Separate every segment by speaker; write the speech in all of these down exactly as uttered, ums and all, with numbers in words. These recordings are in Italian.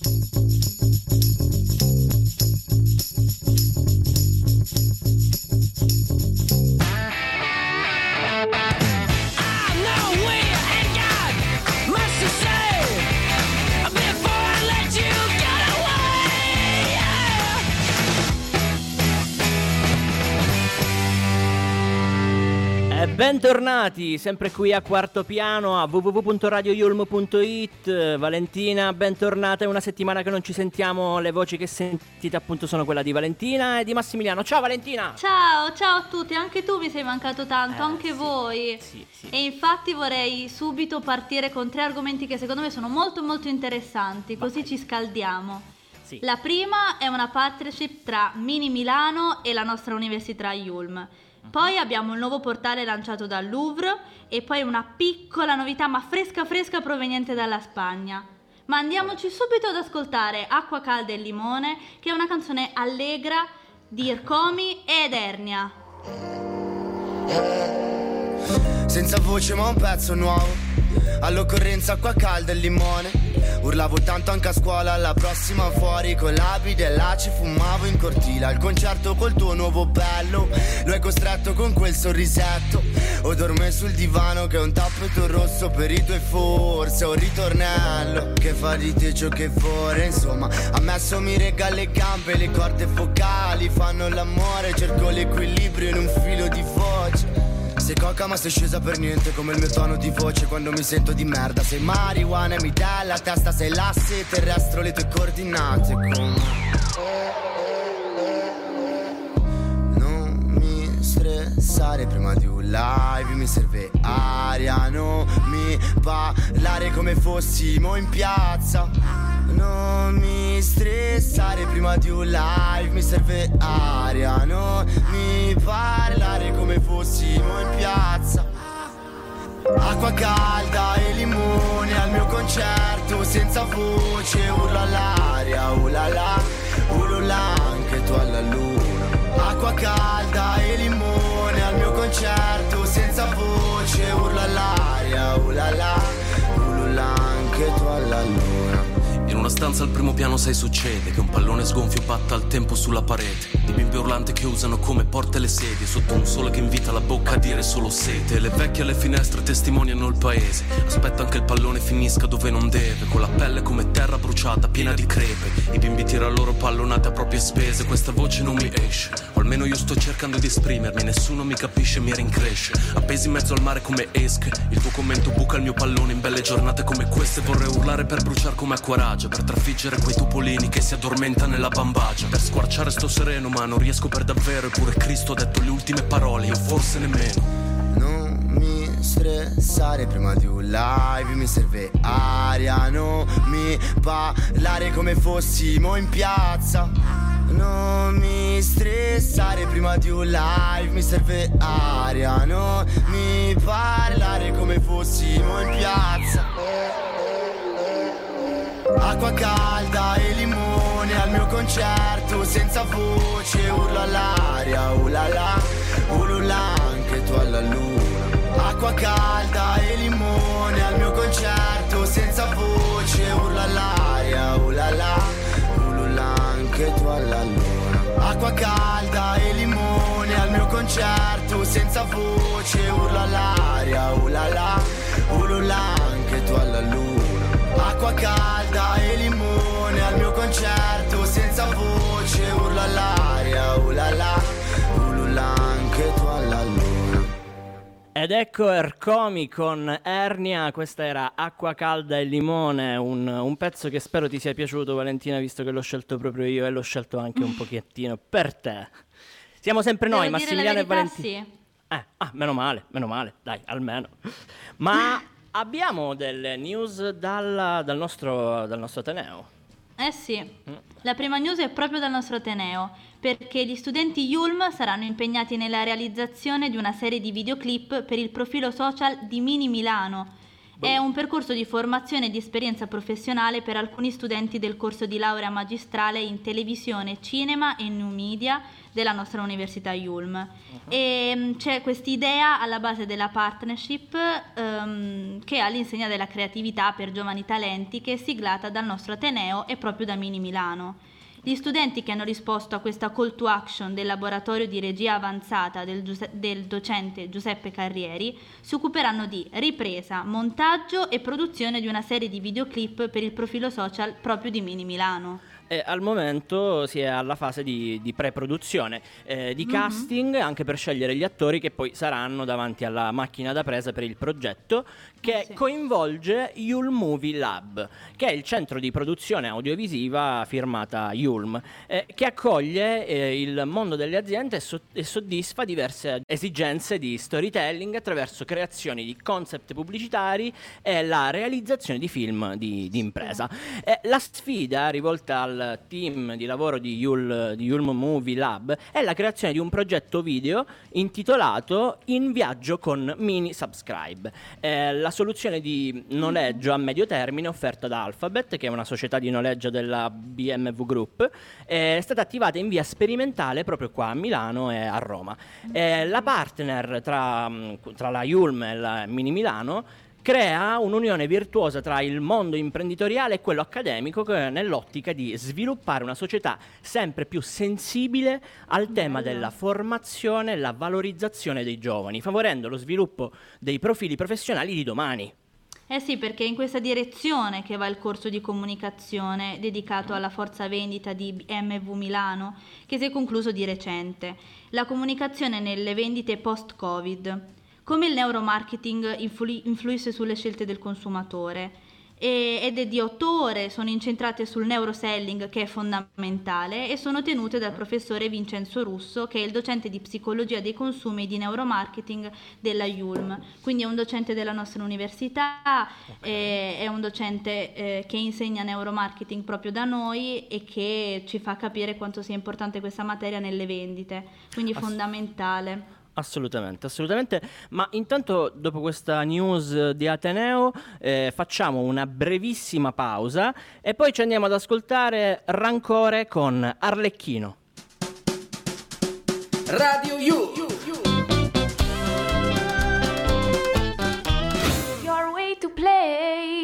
Speaker 1: Bentornati, sempre qui a Quarto Piano a w w w punto radio yulm punto i t. Valentina, bentornata, è una settimana che non ci sentiamo, le voci che sentite appunto sono quella di Valentina e di Massimiliano. Ciao Valentina!
Speaker 2: Ciao, ciao a tutti, anche tu mi sei mancato tanto,
Speaker 1: eh,
Speaker 2: anche
Speaker 1: sì,
Speaker 2: voi.
Speaker 1: Sì, sì.
Speaker 2: E infatti vorrei subito partire con tre argomenti che secondo me sono molto molto interessanti, così
Speaker 1: Vai.
Speaker 2: ci scaldiamo.
Speaker 1: Sì.
Speaker 2: La prima è una partnership tra Mini Milano e la nostra università Yulm. Poi abbiamo il nuovo portale lanciato dal Louvre e poi una piccola novità ma fresca fresca proveniente dalla Spagna. Ma andiamoci subito ad ascoltare Acqua calda e limone, che è una canzone allegra di Ercomi ed Ernia.
Speaker 3: Senza voce ma un pezzo nuovo, all'occorrenza acqua calda e limone. Urlavo tanto anche a scuola, alla prossima fuori con l'abide e là ci fumavo in cortile. Al concerto col tuo nuovo bello, lo hai costretto con quel sorrisetto. O dorme sul divano che è un tappeto rosso per i tuoi forse un ritornello che fa di te ciò che vuole. Insomma, ammesso mi regala le gambe, le corde vocali fanno l'amore. Cerco l'equilibrio in un filo di voce. Sei coca ma sei scesa per niente come il mio tono di voce quando mi sento di merda. Sei marijuana e mi dai la testa, sei l'asse, terrestro le tue coordinate come... Non mi stressare prima di un live, mi serve aria, non mi parlare come fossimo in piazza. Non mi stressare prima di un live, mi serve aria, non mi parlare come fossimo in piazza. Acqua calda e limone al mio concerto, senza voce, urlo all'aria, ulala, ulula anche tu alla luna. Acqua calda e limone al mio concerto, senza voce, urlo all'aria, ulala, ulula anche tu alla luna.
Speaker 4: In una stanza al primo piano sai succede che un pallone sgonfio batta al tempo sulla parete. Di bimbe urlanti che usano come porte le sedie sotto un sole che invita la bocca a dire solo sete. Le vecchie alle finestre testimoniano il paese. Aspetta che il pallone finisca dove non deve, con la pelle come terra bruciata piena di crepe. I bimbi tirano loro pallonate a proprie spese. Questa voce non mi esce, o almeno io sto cercando di esprimermi. Nessuno mi capisce, mi rincresce. Appesi in mezzo al mare come esche. Il tuo commento buca il mio pallone in belle giornate come queste. Vorrei urlare per bruciare come acquaraggia, per trafiggere quei topolini che si addormenta nella bambagia, per squarciare sto sereno ma non riesco per davvero. Eppure Cristo ha detto le ultime parole, io forse nemmeno.
Speaker 3: Non mi stressare prima di un live, mi serve aria, non mi parlare come fossimo in piazza. Non mi stressare prima di un live, mi serve aria, non mi parlare come fossimo in piazza. Acqua calda e limone al mio concerto, senza voce, urlo all'aria, ulala, ulula anche tu alla luna. Acqua calda e limone al mio concerto, senza voce, urlo all'aria, ulala, ulula anche tu alla luna. Acqua calda e limone al mio concerto, senza voce, urlo all'aria, ulala, ulula anche tu alla luna. Acqua calda e limone al mio concerto, senza voce, urlo all'aria, ulala, ulula anche tu alla luna.
Speaker 1: Ed ecco Ercomi con Ernia, questa era Acqua calda e limone, un, un pezzo che spero ti sia piaciuto Valentina, visto che l'ho scelto proprio io e l'ho scelto anche un pochettino per te. Siamo sempre noi,
Speaker 2: Devo
Speaker 1: Massimiliano e
Speaker 2: verità,
Speaker 1: Valentina.
Speaker 2: sì.
Speaker 1: Eh, ah, meno male, meno male, dai, almeno. Ma abbiamo delle news dal, dal, nostro, dal nostro Ateneo.
Speaker 2: Eh sì, la prima news è proprio dal nostro Ateneo, perché gli studenti Yulm saranno impegnati nella realizzazione di una serie di videoclip per il profilo social di Mini Milano. È un percorso di formazione e di esperienza professionale per alcuni studenti del corso di laurea magistrale in televisione, cinema e new media della nostra Università Yulm. Uh-huh. E c'è quest'idea alla base della partnership um, che è all'insegna della creatività per giovani talenti, che è siglata dal nostro Ateneo e proprio da Mini Milano. Gli studenti che hanno risposto a questa call to action del laboratorio di regia avanzata del, Giuse- del docente Giuseppe Carrieri si occuperanno di ripresa, montaggio e produzione di una serie di videoclip per il profilo social proprio di Mini Milano.
Speaker 1: E al momento si è alla fase di, di pre-produzione, eh, di mm-hmm. casting, anche per scegliere gli attori che poi saranno davanti alla macchina da presa per il progetto, che sì. coinvolge Yulm Movie Lab, che è il centro di produzione audiovisiva firmata Yulm, eh, che accoglie eh, il mondo delle aziende e, so- e soddisfa diverse esigenze di storytelling attraverso creazioni di concept pubblicitari e la realizzazione di film di, di impresa. Eh, la sfida rivolta al team di lavoro di, Yul, di Yulm Movie Lab è la creazione di un progetto video intitolato In viaggio con Mini Subscribe. Eh, la soluzione di noleggio a medio termine offerta da Alphabet, che è una società di noleggio della B M W Group, è stata attivata in via sperimentale proprio qua a Milano e a Roma. Eh, la partner tra, tra la Yulm e la Mini Milano crea un'unione virtuosa tra il mondo imprenditoriale e quello accademico, che è nell'ottica di sviluppare una società sempre più sensibile al tema della formazione e la valorizzazione dei giovani, favorendo lo sviluppo dei profili professionali di domani.
Speaker 2: Eh sì, perché è in questa direzione che va il corso di comunicazione dedicato alla forza vendita di B M W Milano, che si è concluso di recente. La comunicazione nelle vendite post-Covid. Come il neuromarketing influ- influisce sulle scelte del consumatore, e, ed è di otto ore, sono incentrate sul neuroselling, che è fondamentale, e sono tenute dal professore Vincenzo Russo, che è il docente di psicologia dei consumi e di neuromarketing della Yulm, quindi è un docente della nostra università, okay. È un docente eh, che insegna neuromarketing proprio da noi e che ci fa capire quanto sia importante questa materia nelle vendite, quindi è fondamentale.
Speaker 1: Assolutamente, assolutamente, ma intanto dopo questa news di Ateneo eh, facciamo una brevissima pausa e poi ci andiamo ad ascoltare Rancore con Arlecchino.
Speaker 5: Radio U.
Speaker 6: Your way to play.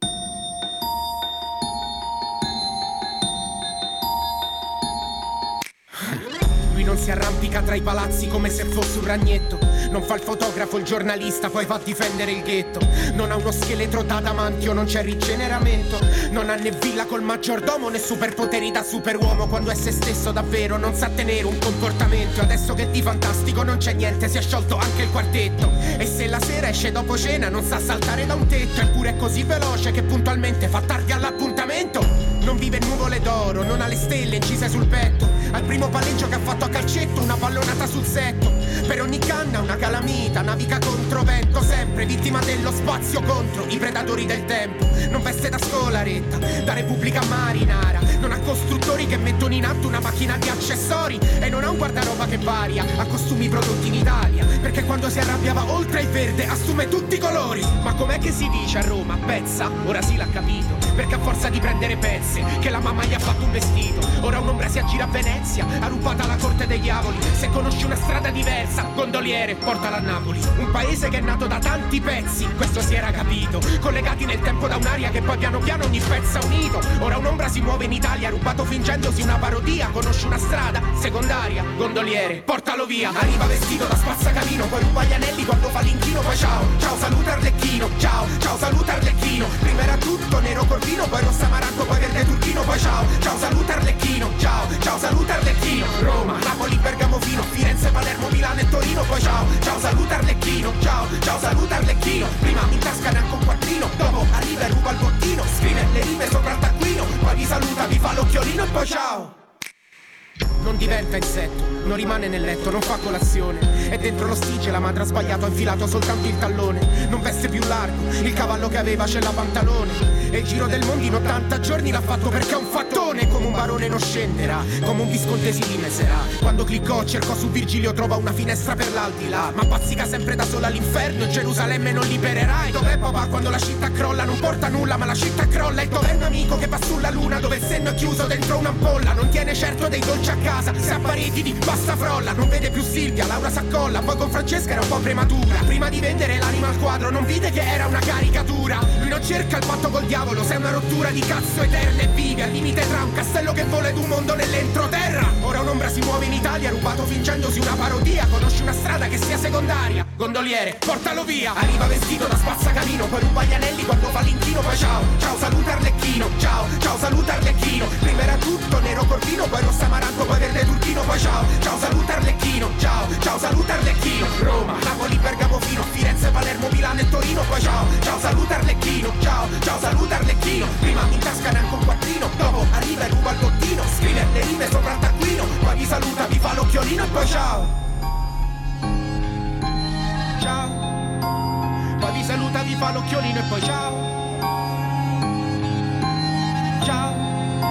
Speaker 5: Non si arrampica tra i palazzi come se fosse un ragnetto. Non fa il fotografo, il giornalista, poi va a difendere il ghetto. Non ha uno scheletro da adamantio, non c'è rigeneramento. Non ha né villa col maggiordomo né superpoteri da superuomo. Quando è se stesso davvero non sa tenere un comportamento. Adesso che di fantastico non c'è niente, si è sciolto anche il quartetto. E se la sera esce dopo cena non sa saltare da un tetto. Eppure è così veloce che puntualmente fa tardi all'appuntamento. Non vive in nuvole d'oro, non ha le stelle incise sul petto. Al primo palleggio che ha fatto a calcetto, una pallonata sul setto. Per ogni canna una calamita, naviga contro vento, sempre vittima dello spazio contro i predatori del tempo. Non veste da scolaretta, da Repubblica Marinara. Non ha costruttori che mettono in atto una macchina di accessori. E non ha un guardaroba che varia, ha costumi prodotti in Italia. Perché quando si arrabbiava oltre il verde assume tutti i colori. Ma com'è che si dice a Roma? Pezza? Ora sì l'ha capito. Perché a forza di prendere pezze, che la mamma gli ha fatto un vestito. Ora un'ombra si aggira a Venezia, ha rubata la corte dei diavoli. Se conosci una strada diversa, gondoliere, portala a Napoli. Un paese che è nato da tanti pezzi, questo si era capito. Collegati nel tempo da un'aria che poi piano piano ogni pezzo ha unito. Ora un'ombra si muove in Italia, rubato fingendosi una parodia. Conosci una strada secondaria, gondoliere, portalo via. Arriva vestito da spazzacamino, poi ruba gli anelli quando fa l'inchino. Poi ciao, ciao saluta Arlecchino, ciao, ciao saluta Arlecchino. Prima era tutto nero corvino, poi rossa maracco, poi verde turchino. Poi ciao, ciao saluta Arlecchino, ciao, ciao saluta Arlecchino. Roma, Napoli, Bergamo, Fino, Firenze, Palermo, Milano e Torino. Poi ciao, ciao saluta Arlecchino, ciao, ciao saluta Arlecchino. Prima in tasca neanche un quattrino, dopo arriva e ruba il bottino. Scrive le rime sopra il taccuino, poi vi saluta, vi fa l'occhiolino e poi ciao. Non diventa insetto, non rimane nel letto, non fa colazione. E dentro lo stige la madre ha sbagliato, ha infilato soltanto il tallone. Non veste più largo, il cavallo che aveva c'è la pantalone. E il giro del mondo in ottanta giorni l'ha fatto perché è un fattone. Come un barone non scenderà, come un visconte si rimeserà. Quando cliccò cercò su Virgilio, trova una finestra per l'aldilà. Ma bazzica sempre da sola all'inferno, Gerusalemme non libererai. Dov'è papà quando la città crolla? Non porta nulla ma la città crolla. E dov'è un amico che va sulla luna, dove il senno è chiuso dentro un'ampolla? Non tiene certo dei dolci a casa, se a pareti di basta frolla. Non vede più Silvia, Laura s'accolla, poi con Francesca era un po' prematura. Prima di vendere l'anima al quadro non vide che era una caricatura. Lui non cerca il patto col diavolo, sei una rottura di cazzo eterna. E vive al limite tra un castello che vola ed un mondo nell'entroterra. Ora un'ombra si muove in Italia, rubato fingendosi una parodia. Conosci una strada che sia secondaria, gondoliere, portalo via. Arriva vestito da spazzacamino, poi ruba gli anelli quando fa l'inchino. Poi ciao, ciao saluta Arlecchino, ciao, ciao saluta Arlecchino. Prima era tutto nero corvino, poi rossa amaranto, poi verde turchino. Poi ciao, ciao saluta Arlecchino, ciao, ciao saluta Arlecchino. Roma, Napoli, Bergamo, Fino, Firenze, Palermo, Milano e Torino. Poi ciao, ciao saluta Arlecchino, ciao, ciao saluta Arlecchino. Prima in tasca neanche un quattrino, dopo arriva e ruba il bottino. Scrive le rime sopra il taccuino, poi vi saluta, vi fa l'occhiolino e poi ciao. Ciao, poi vi saluta, vi fa l'occhiolino e poi ciao. Ciao.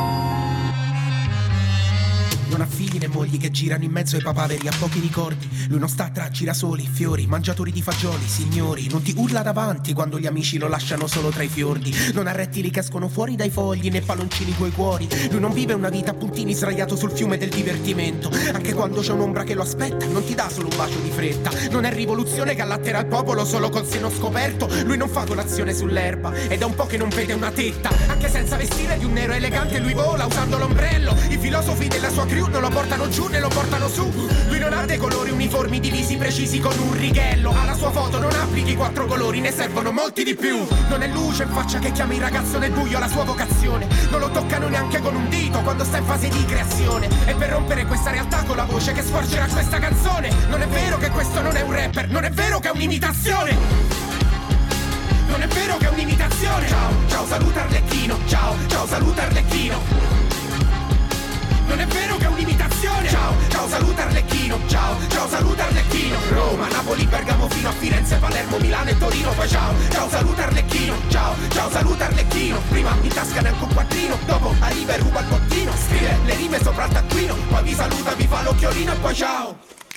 Speaker 5: Non ha figli né mogli che girano in mezzo ai papaveri, a pochi ricordi. Lui non sta tra girasoli, fiori, mangiatori di fagioli, signori. Non ti urla davanti quando gli amici lo lasciano solo tra i fiordi. Non ha rettili che escono fuori dai fogli né palloncini coi cuori. Lui non vive una vita a puntini sdraiato sul fiume del divertimento. Anche quando c'è un'ombra che lo aspetta, non ti dà solo un bacio di fretta. Non è rivoluzione che allatterà il popolo solo col seno scoperto. Lui non fa colazione sull'erba ed è un po' che non vede una tetta. Anche senza vestire di un nero elegante lui vola usando l'ombrello. I filosofi della sua crew non lo portano giù né lo portano su. Lui non ha dei colori uniformi divisi precisi con un righello. Alla sua foto non applichi quattro colori, ne servono molti di più. Non è luce in faccia che chiama il ragazzo nel buio la sua vocazione. Non lo toccano neanche con un dito quando sta in fase di creazione. E per rompere questa realtà con la voce che sforgerà questa canzone. Non è vero che questo non è un rapper, non è vero che è un'imitazione. Non è vero che è un'imitazione. Ciao, ciao saluta Arlecchino, ciao, ciao saluta Arlecchino. Non è vero che è un'imitazione. Ciao, ciao saluta Arlecchino, ciao, ciao saluta Arlecchino. Roma, Napoli, Bergamo, fino a Firenze, Palermo, Milano e Torino. Poi ciao, ciao saluta Arlecchino, ciao, ciao saluta Arlecchino. Prima in tasca neanche un quattrino, dopo arriva e ruba il bottino. Scrive le rime sopra il taccuino, poi vi saluta, vi fa l'occhiolino e poi ciao.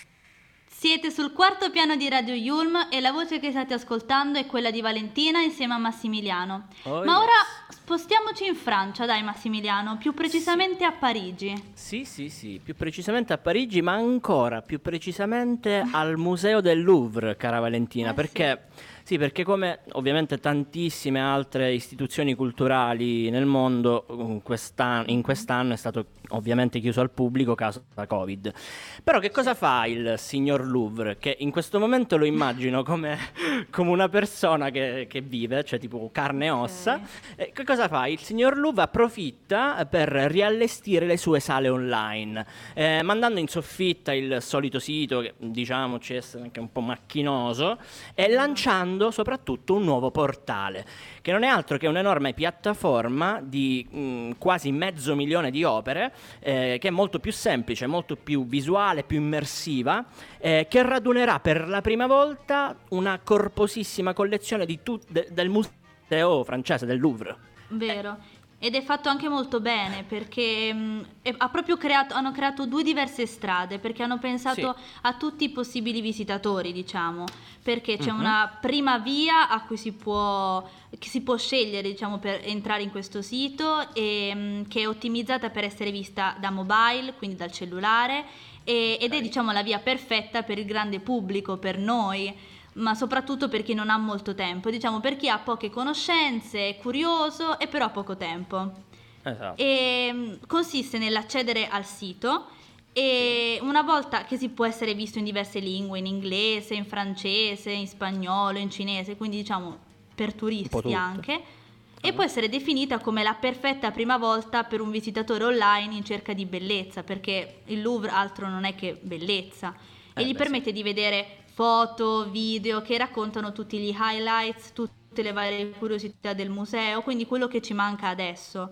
Speaker 2: Siete sul quarto piano di Radio Yulm e la voce che state ascoltando è quella di Valentina insieme a Massimiliano.
Speaker 1: Oh,
Speaker 2: Ma
Speaker 1: yes.
Speaker 2: ora spostiamoci in Francia, dai Massimiliano, più precisamente a Parigi.
Speaker 1: Sì, sì, sì, più precisamente a Parigi, ma ancora più precisamente al Museo del Louvre, cara Valentina,
Speaker 2: Eh,
Speaker 1: perché sì, perché come ovviamente tantissime altre istituzioni culturali nel mondo, in quest'anno, in quest'anno è stato ovviamente chiuso al pubblico causa Covid. Però che cosa fa il signor Louvre? Che in questo momento lo immagino come, come una persona che, che vive, cioè tipo carne e ossa. E che cosa fa? Il signor Louvre approfitta per riallestire le sue sale online, eh, mandando in soffitta il solito sito, che diciamoci essere anche un po' macchinoso, e lanciando soprattutto un nuovo portale, che non è altro che un'enorme piattaforma di mh, quasi mezzo milione di opere, eh, che è molto più semplice, molto più visuale, più immersiva, eh, che radunerà per la prima volta una corposissima collezione di tut- de- del museo francese del Louvre.
Speaker 2: Vero. Ed è fatto anche molto bene perché mh, è- ha proprio creato, hanno creato due diverse strade perché hanno pensato
Speaker 1: Sì.
Speaker 2: a tutti i possibili visitatori, diciamo, perché c'è
Speaker 1: Mhm.
Speaker 2: una prima via a cui si può, che si può scegliere, diciamo, per entrare in questo sito e, mh, che è ottimizzata per essere vista da mobile, quindi dal cellulare, e- ed è, diciamo, la via perfetta per il grande pubblico, per noi, ma soprattutto per chi non ha molto tempo, diciamo per chi ha poche conoscenze, è curioso e però ha poco tempo.
Speaker 1: Esatto.
Speaker 2: E mh, consiste nell'accedere al sito e una volta che si può essere visto in diverse lingue, in inglese, in francese, in spagnolo, in cinese, quindi diciamo per
Speaker 1: Un po'
Speaker 2: turisti
Speaker 1: tutte.
Speaker 2: anche, e può essere definita come la perfetta prima volta per un visitatore online in cerca di bellezza, perché il Louvre altro non è che bellezza, e
Speaker 1: Eh,
Speaker 2: gli
Speaker 1: beh,
Speaker 2: permette di vedere foto, video che raccontano tutti gli highlights, tutte le varie curiosità del museo, quindi quello che ci manca adesso. È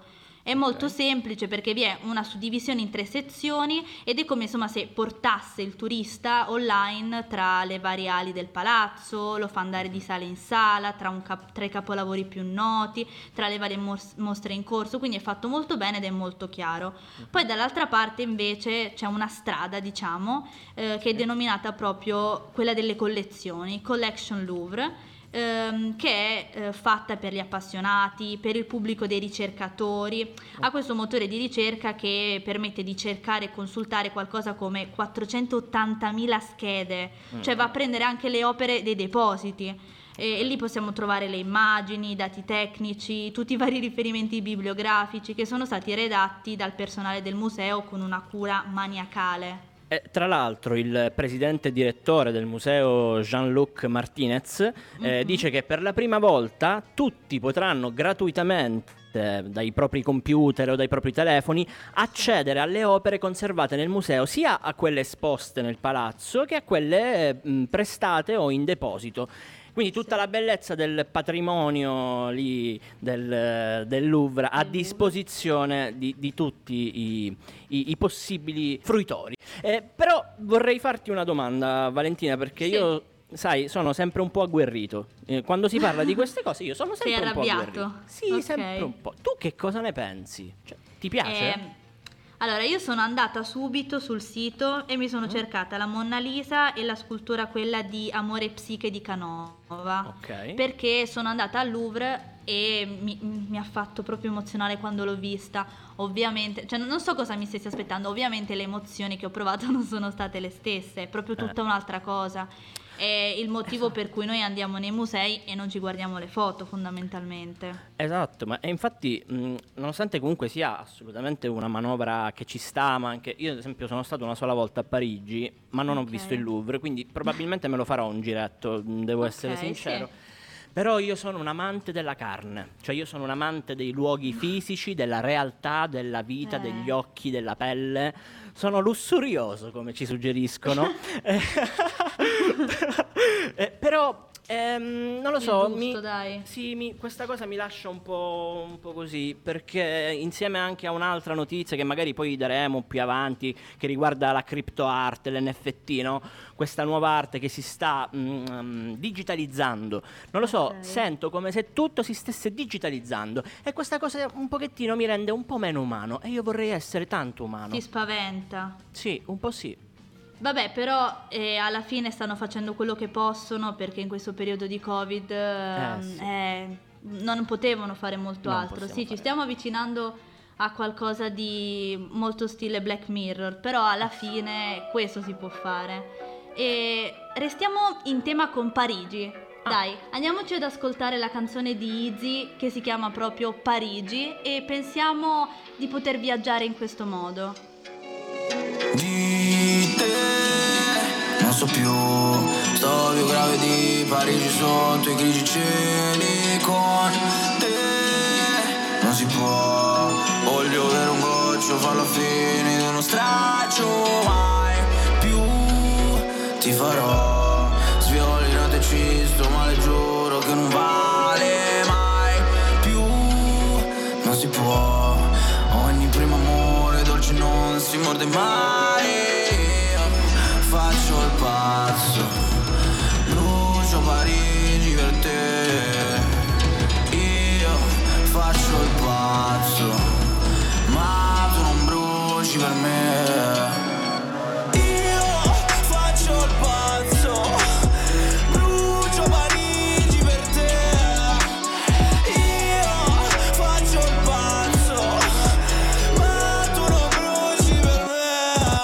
Speaker 2: È molto semplice perché vi è una suddivisione in tre sezioni ed è come insomma se portasse il turista online tra le varie ali del palazzo, lo fa andare di sala in sala, tra, un cap- tra i capolavori più noti, tra le varie mos- mostre in corso, quindi è fatto molto bene ed è molto chiaro. Poi dall'altra parte invece c'è una strada, diciamo, eh, che è denominata proprio quella delle collezioni, Collection Louvre, ehm, che è eh, fatta per gli appassionati, per il pubblico dei ricercatori. Ha questo motore di ricerca che permette di cercare e consultare qualcosa come quattrocentottantamila schede, cioè va a prendere anche le opere dei depositi. E lì possiamo trovare le immagini, i dati tecnici, tutti i vari riferimenti bibliografici che sono stati redatti dal personale del museo con una cura maniacale.
Speaker 1: E, tra l'altro, il presidente e direttore del museo Jean-Luc Martinez eh, mm-hmm. dice che per la prima volta tutti potranno gratuitamente dai propri computer o dai propri telefoni accedere alle opere conservate nel museo, sia a quelle esposte nel palazzo che a quelle mh, prestate o in deposito. Quindi tutta la bellezza del patrimonio lì del, del Louvre a disposizione di, di tutti i, i, i possibili fruitori. Eh, però vorrei farti una domanda, Valentina, perché sì. io, sai, sono sempre un po' agguerrito. Eh, quando si parla di queste cose io sono sempre
Speaker 2: Sei
Speaker 1: un po'
Speaker 2: arrabbiato?
Speaker 1: agguerrito. Sì,
Speaker 2: Okay.
Speaker 1: sempre un po'. Tu che cosa ne pensi? Cioè, ti piace?
Speaker 2: Eh, allora, io sono andata subito sul sito e mi sono cercata la Monna Lisa e la scultura quella di Amore e Psiche di Canova.
Speaker 1: Ok.
Speaker 2: Perché sono andata al Louvre e mi, mi ha fatto proprio emozionare quando l'ho vista. Ovviamente, cioè non so cosa mi stessi aspettando, ovviamente le emozioni che ho provato non sono state le stesse, è proprio tutta
Speaker 1: Eh.
Speaker 2: un'altra cosa. È il motivo per cui noi andiamo nei musei e non ci guardiamo le foto, fondamentalmente.
Speaker 1: Esatto, ma e infatti mh, nonostante comunque sia assolutamente una manovra che ci sta, ma anche io ad esempio sono stato una sola volta a Parigi, ma non
Speaker 2: Ok.
Speaker 1: ho visto il Louvre, quindi probabilmente me lo farò un giretto, mh, devo
Speaker 2: Ok,
Speaker 1: essere sincero.
Speaker 2: sì.
Speaker 1: Però io sono un amante della carne, cioè io sono un amante dei luoghi fisici, della realtà, della vita,
Speaker 2: Eh.
Speaker 1: degli occhi, della pelle. Sono lussurioso, come ci suggeriscono. Eh, eh, però ehm, non lo
Speaker 2: Il
Speaker 1: so,
Speaker 2: gusto,
Speaker 1: mi,
Speaker 2: dai.
Speaker 1: sì, mi- questa cosa mi lascia un po', un po' così, perché insieme anche a un'altra notizia che magari poi daremo più avanti, che riguarda la crypto art, l'N F T, no? Questa nuova arte che si sta mm, digitalizzando. Non lo so,
Speaker 2: Ok.
Speaker 1: sento come se tutto si stesse digitalizzando e questa cosa un pochettino mi rende un po' meno umano e io vorrei essere tanto umano.
Speaker 2: Ti spaventa.
Speaker 1: Sì, un po' sì.
Speaker 2: Vabbè, però eh, alla fine stanno facendo quello che possono perché in questo periodo di Covid ehm,
Speaker 1: sì.
Speaker 2: eh, non potevano fare molto
Speaker 1: Non
Speaker 2: altro.
Speaker 1: possiamo
Speaker 2: Sì, ci
Speaker 1: fare
Speaker 2: stiamo avvicinando a qualcosa di molto stile Black Mirror, però alla fine questo si può fare. E restiamo in tema con Parigi. Dai, andiamoci ad ascoltare la canzone di Izzy che si chiama proprio Parigi e pensiamo di poter viaggiare in questo modo.
Speaker 3: Di te non so più, sto più grave di Parigi sotto i grigi cieli. Con te non si può, voglio avere un goccio, farlo a fine di uno straccio. Mai più ti farò, sviolinate e cisto, ma le giuro che non vale mai più, non si può, ogni primo amore dolce non si morde mai. Io faccio il pazzo, brucio Parigi per te. Io faccio il pazzo, ma tu non bruci per me. Io faccio il pazzo, brucio Parigi per te. Io faccio il pazzo, ma tu non bruci per me.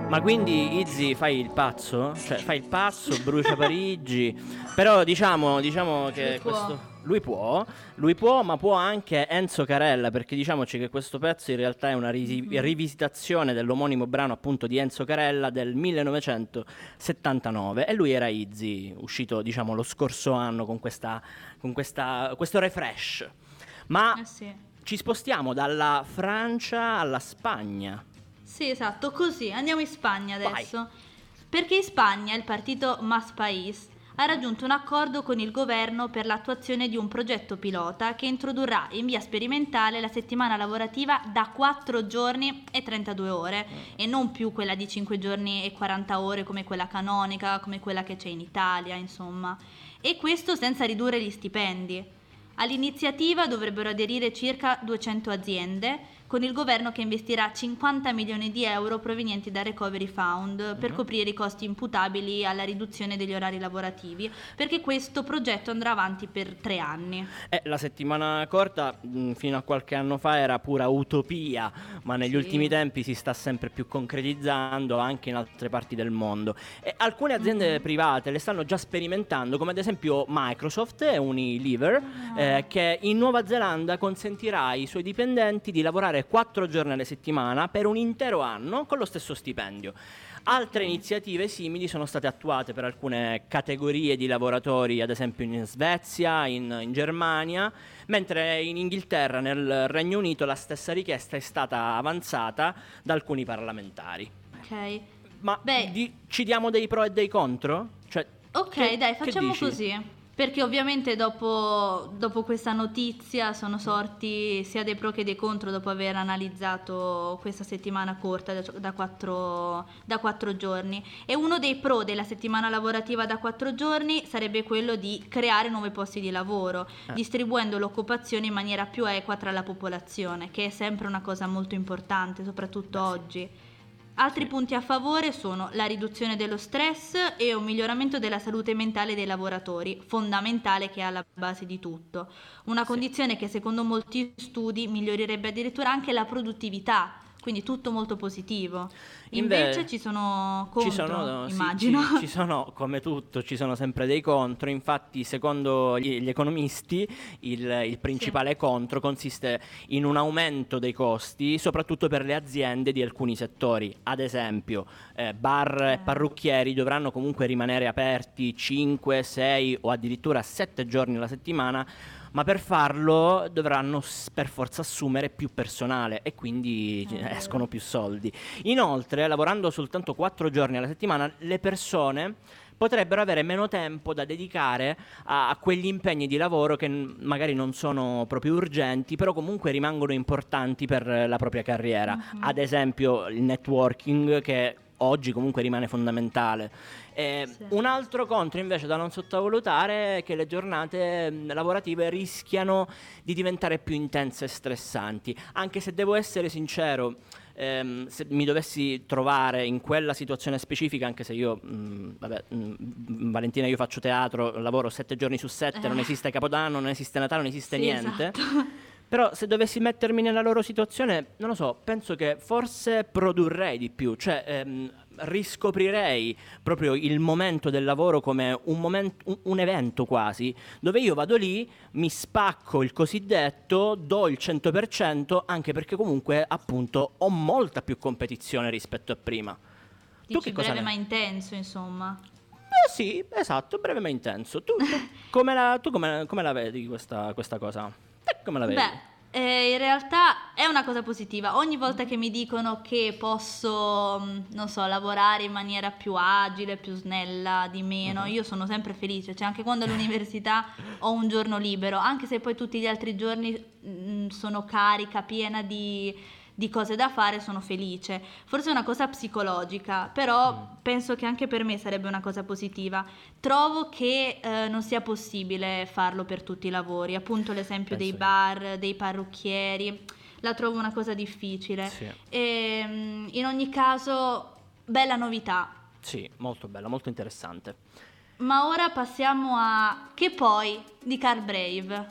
Speaker 1: Ma quindi Izzy fai il pazzo? Cioè fai il pazzo, brucia Parigi. Però diciamo, diciamo che
Speaker 2: Lui può.
Speaker 1: questo lui può, lui può, ma può anche Enzo Carella, perché diciamoci che questo pezzo in realtà è una risi-
Speaker 2: Mm-hmm.
Speaker 1: rivisitazione dell'omonimo brano appunto di Enzo Carella del millenovecentosettantanove, e lui era Izzy, uscito diciamo lo scorso anno con questa con questa questo refresh. Ma
Speaker 2: Eh sì.
Speaker 1: ci spostiamo dalla Francia alla Spagna.
Speaker 2: Sì, esatto, così. Andiamo in Spagna adesso. Perché in Spagna il partito Mas País ha raggiunto un accordo con il governo per l'attuazione di un progetto pilota che introdurrà in via sperimentale la settimana lavorativa da quattro giorni e trentadue ore e non più quella di cinque giorni e quaranta ore come quella canonica, come quella che c'è in Italia, insomma. E questo senza ridurre gli stipendi. All'iniziativa dovrebbero aderire circa duecento aziende, con il governo che investirà cinquanta milioni di euro provenienti dal Recovery Fund per coprire i costi imputabili alla riduzione degli orari lavorativi, perché questo progetto andrà avanti per tre anni.
Speaker 1: Eh, la settimana corta mh, fino a qualche anno fa era pura utopia, ma negli
Speaker 2: Sì.
Speaker 1: ultimi tempi si sta sempre più concretizzando anche in altre parti del mondo. E alcune aziende
Speaker 2: Mm-hmm.
Speaker 1: private le stanno già sperimentando, come ad esempio Microsoft e Unilever,
Speaker 2: Ah.
Speaker 1: eh, che in Nuova Zelanda consentirà ai suoi dipendenti di lavorare quattro giorni alla settimana per un intero anno con lo stesso stipendio. Altre iniziative simili sono state attuate per alcune categorie di lavoratori, ad esempio in Svezia, in, in Germania, mentre in Inghilterra, nel Regno Unito, la stessa richiesta è stata avanzata da alcuni parlamentari.
Speaker 2: Ok.
Speaker 1: Ma
Speaker 2: Beh.
Speaker 1: di- ci diamo dei pro e dei contro? Cioè,
Speaker 2: Ok,
Speaker 1: che-
Speaker 2: dai,
Speaker 1: che
Speaker 2: facciamo
Speaker 1: dici?
Speaker 2: così. Perché ovviamente dopo, dopo questa notizia sono sorti sia dei pro che dei contro dopo aver analizzato questa settimana corta da, da, quattro, da quattro giorni. E uno dei pro della settimana lavorativa da quattro giorni sarebbe quello di creare nuovi posti di lavoro,
Speaker 1: Eh.
Speaker 2: distribuendo l'occupazione in maniera più equa tra la popolazione, che è sempre una cosa molto importante, soprattutto oggi. Altri punti a favore sono la riduzione dello stress e un miglioramento della salute mentale dei lavoratori, fondamentale, che è alla base di tutto. Una condizione che secondo molti studi migliorerebbe addirittura anche la produttività, quindi tutto molto positivo. Invece
Speaker 1: Inve-
Speaker 2: ci sono contro,
Speaker 1: Ci sono, sì,
Speaker 2: immagino.
Speaker 1: ci, ci sono, come tutto, ci sono sempre dei contro. Infatti, secondo gli, gli economisti, il, il principale contro consiste in un aumento dei costi, soprattutto per le aziende di alcuni settori. Ad esempio, eh, bar e parrucchieri dovranno comunque rimanere aperti cinque, sei o addirittura sette giorni alla settimana, ma per farlo dovranno s- per forza assumere più personale e quindi
Speaker 2: Eh.
Speaker 1: escono più soldi. Inoltre, lavorando soltanto quattro giorni alla settimana, le persone potrebbero avere meno tempo da dedicare a, a quegli impegni di lavoro che n- magari non sono proprio urgenti, però comunque rimangono importanti per eh, la propria carriera. Ad esempio il networking, che oggi comunque rimane fondamentale. Eh,
Speaker 2: Sì.
Speaker 1: Un altro contro invece da non sottovalutare è che le giornate mh, lavorative rischiano di diventare più intense e stressanti, anche se devo essere sincero. Ehm, se mi dovessi trovare in quella situazione specifica, anche se io, mh, vabbè, mh, Valentina, io faccio teatro, lavoro sette giorni su sette,
Speaker 2: Eh.
Speaker 1: non esiste Capodanno, non esiste Natale, non esiste
Speaker 2: Sì,
Speaker 1: niente.
Speaker 2: esatto.
Speaker 1: Però se dovessi mettermi nella loro situazione, non lo so, penso che forse produrrei di più, cioè ehm, riscoprirei proprio il momento del lavoro come un, moment- un, un evento quasi, dove io vado lì, mi spacco il cosiddetto, do il cento per cento, anche perché comunque appunto ho molta più competizione rispetto a prima.
Speaker 2: Dici
Speaker 1: che cosa
Speaker 2: breve
Speaker 1: ne-
Speaker 2: ma intenso, insomma.
Speaker 1: Eh sì, esatto, breve ma intenso. Tu, tu come, la, tu come, come la vedi questa, questa cosa? Te come la vedi?
Speaker 2: Beh, eh, in realtà è una cosa positiva. Ogni volta che mi dicono che posso, mh, non so, lavorare in maniera più agile, più snella, di meno,
Speaker 1: Mhm.
Speaker 2: io sono sempre felice. Cioè, anche quando all'università ho un giorno libero, anche se poi tutti gli altri giorni mh, sono carica, piena di, di cose da fare, sono felice. Forse è una cosa psicologica, però penso che anche per me sarebbe una cosa positiva. Trovo che eh, non sia possibile farlo per tutti i lavori, appunto l'esempio
Speaker 1: Penso
Speaker 2: dei
Speaker 1: che-
Speaker 2: bar, dei parrucchieri, la trovo una cosa difficile.
Speaker 1: Sì.
Speaker 2: E, mm, in ogni caso, bella novità.
Speaker 1: Sì, molto bella, molto interessante.
Speaker 2: Ma ora passiamo a Che poi di Car Brave,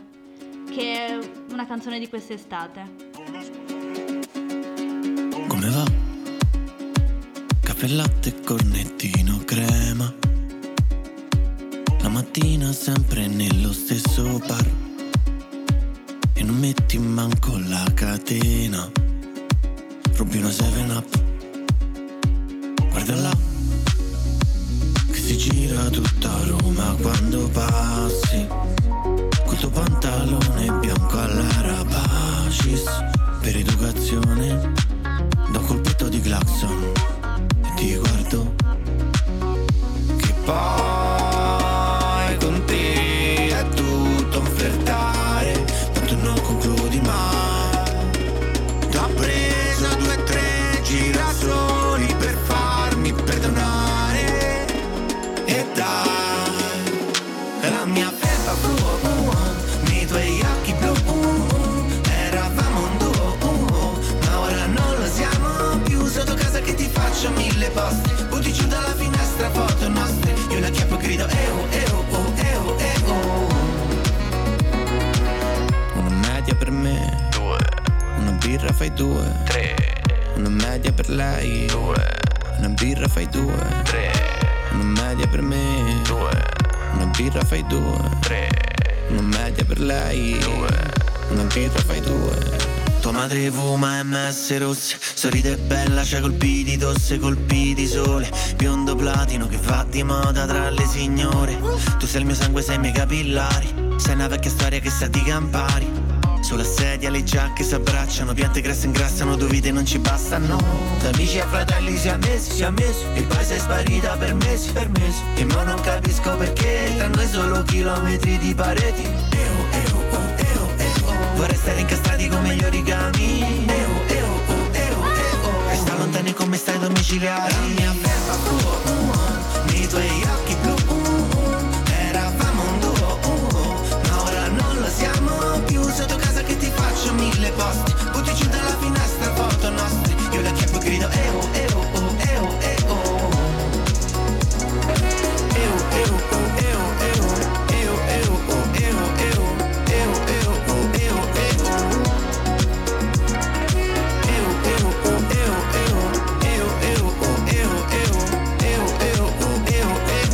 Speaker 2: che è una canzone di quest'estate.
Speaker 7: Come va? caffè latte e cornettino crema. La mattina sempre nello stesso bar e non metti manco la catena. Rubi una seven up, guarda là che si gira tutta Roma quando passi col tuo pantalone bianco all'Arabacis. Per educazione do un colpetto di clacson e ti guardo che poi con te è tutto un flirtare, ma tu non concludi mai. T'ho preso due o tre girasoli per farmi perdonare e dai, la mia febbre fu nei tuoi occhi blu, eravamo un duo, ma ora non lo siamo più. Sotto casa che ti faccio mille posti, butti giù dalla finestra foto nostre, io la chiappo e grido eo, eo, oh, eo, eo. Una media per me, due. Una birra fai due, tre. Una media per lei, due. Una birra fai due, tre. Una media per me, due. Una birra fai due, tre. Una media per lei, due. Una birra fai due. Tua madre fuma M S rosse, sorride bella, c'ha colpi di tosse, colpi di sole, biondo platino che va di moda tra le signore. Tu sei il mio sangue, sei i miei capillari, sei una vecchia storia che sa di Campari. Sulla sedia le giacche s'abbracciano, piante grasse ingrassano, due vite non ci bastano. Da amici a fratelli si è messi, si è messi, e poi sei sparita per mesi, per mesi. E mo non capisco perché, tra noi solo chilometri di pareti. Eo, eo, oh, eo, eo. Vorrei stare incastrati come gli origami. Eo, eo, oh, eo, eo. E sta lontani come stai domiciliari. La mia febbre fu, nei tuoi occhi blu, eravamo un duo, ma ora non lo siamo più. Sotto casa che ti faccio mille posti, butti giù dalla finestra foto nostre, io la chiappo e grido eo, eo, oh, eo, eo. Eo, eo, oh, eo, eo. Eo, eo, oh, eo, eo. Eo, eo, oh, eo, eo. Eo, eo, oh, eo, eo. Eo, eo, oh, eo, eo. Eo, eo, oh, eo,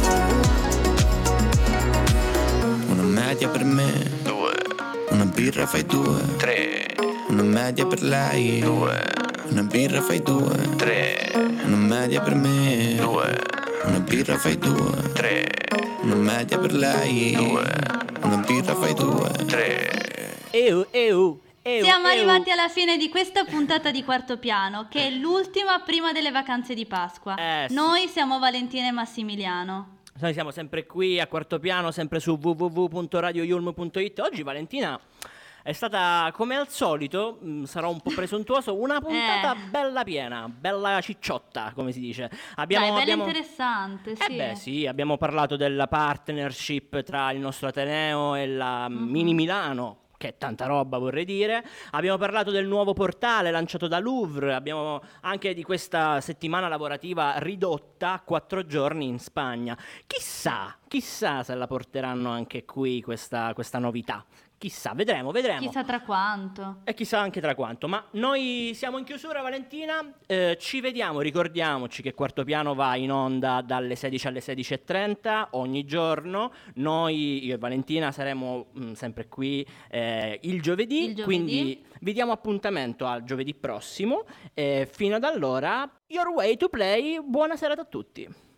Speaker 7: eo. Una media per me, due. Una birra fai due, tre. Una media per lei, due. Una birra fai due, tre. Una media per me, due. Una birra fai due, tre. Una media per lei, due. Una birra fai due, tre.
Speaker 1: Eu, eu, eu,
Speaker 2: Siamo
Speaker 1: eu.
Speaker 2: arrivati alla fine di questa puntata di Quarto Piano, che è l'ultima prima delle vacanze di Pasqua.
Speaker 1: Eh, sì.
Speaker 2: Noi siamo Valentina e Massimiliano.
Speaker 1: Noi siamo sempre qui a Quarto Piano, sempre su w w w punto radio yulm punto it. Oggi Valentina è stata, come al solito, mh, sarò un po' presuntuoso, una puntata
Speaker 2: Eh.
Speaker 1: bella piena, bella cicciotta, come si dice. Abbiamo,
Speaker 2: Dai, bella
Speaker 1: abbiamo...
Speaker 2: interessante, sì.
Speaker 1: Eh beh sì, abbiamo parlato della partnership tra il nostro Ateneo e la Mini Milano, che è tanta roba vorrei dire. Abbiamo parlato del nuovo portale lanciato da Louvre, abbiamo anche di questa settimana lavorativa ridotta a quattro giorni in Spagna. Chissà, chissà se la porteranno anche qui questa, questa novità. Chissà, vedremo, vedremo.
Speaker 2: Chissà tra quanto.
Speaker 1: E chissà anche tra quanto. Ma noi siamo in chiusura, Valentina. Eh, ci vediamo, ricordiamoci che Quarto Piano va in onda dalle sedici alle sedici e trenta ogni giorno. Noi, io e Valentina, saremo mh, sempre qui eh, il, giovedì,
Speaker 2: Il giovedì.
Speaker 1: Quindi vi diamo appuntamento al giovedì prossimo. E fino ad allora, your way to play. Buona serata a tutti.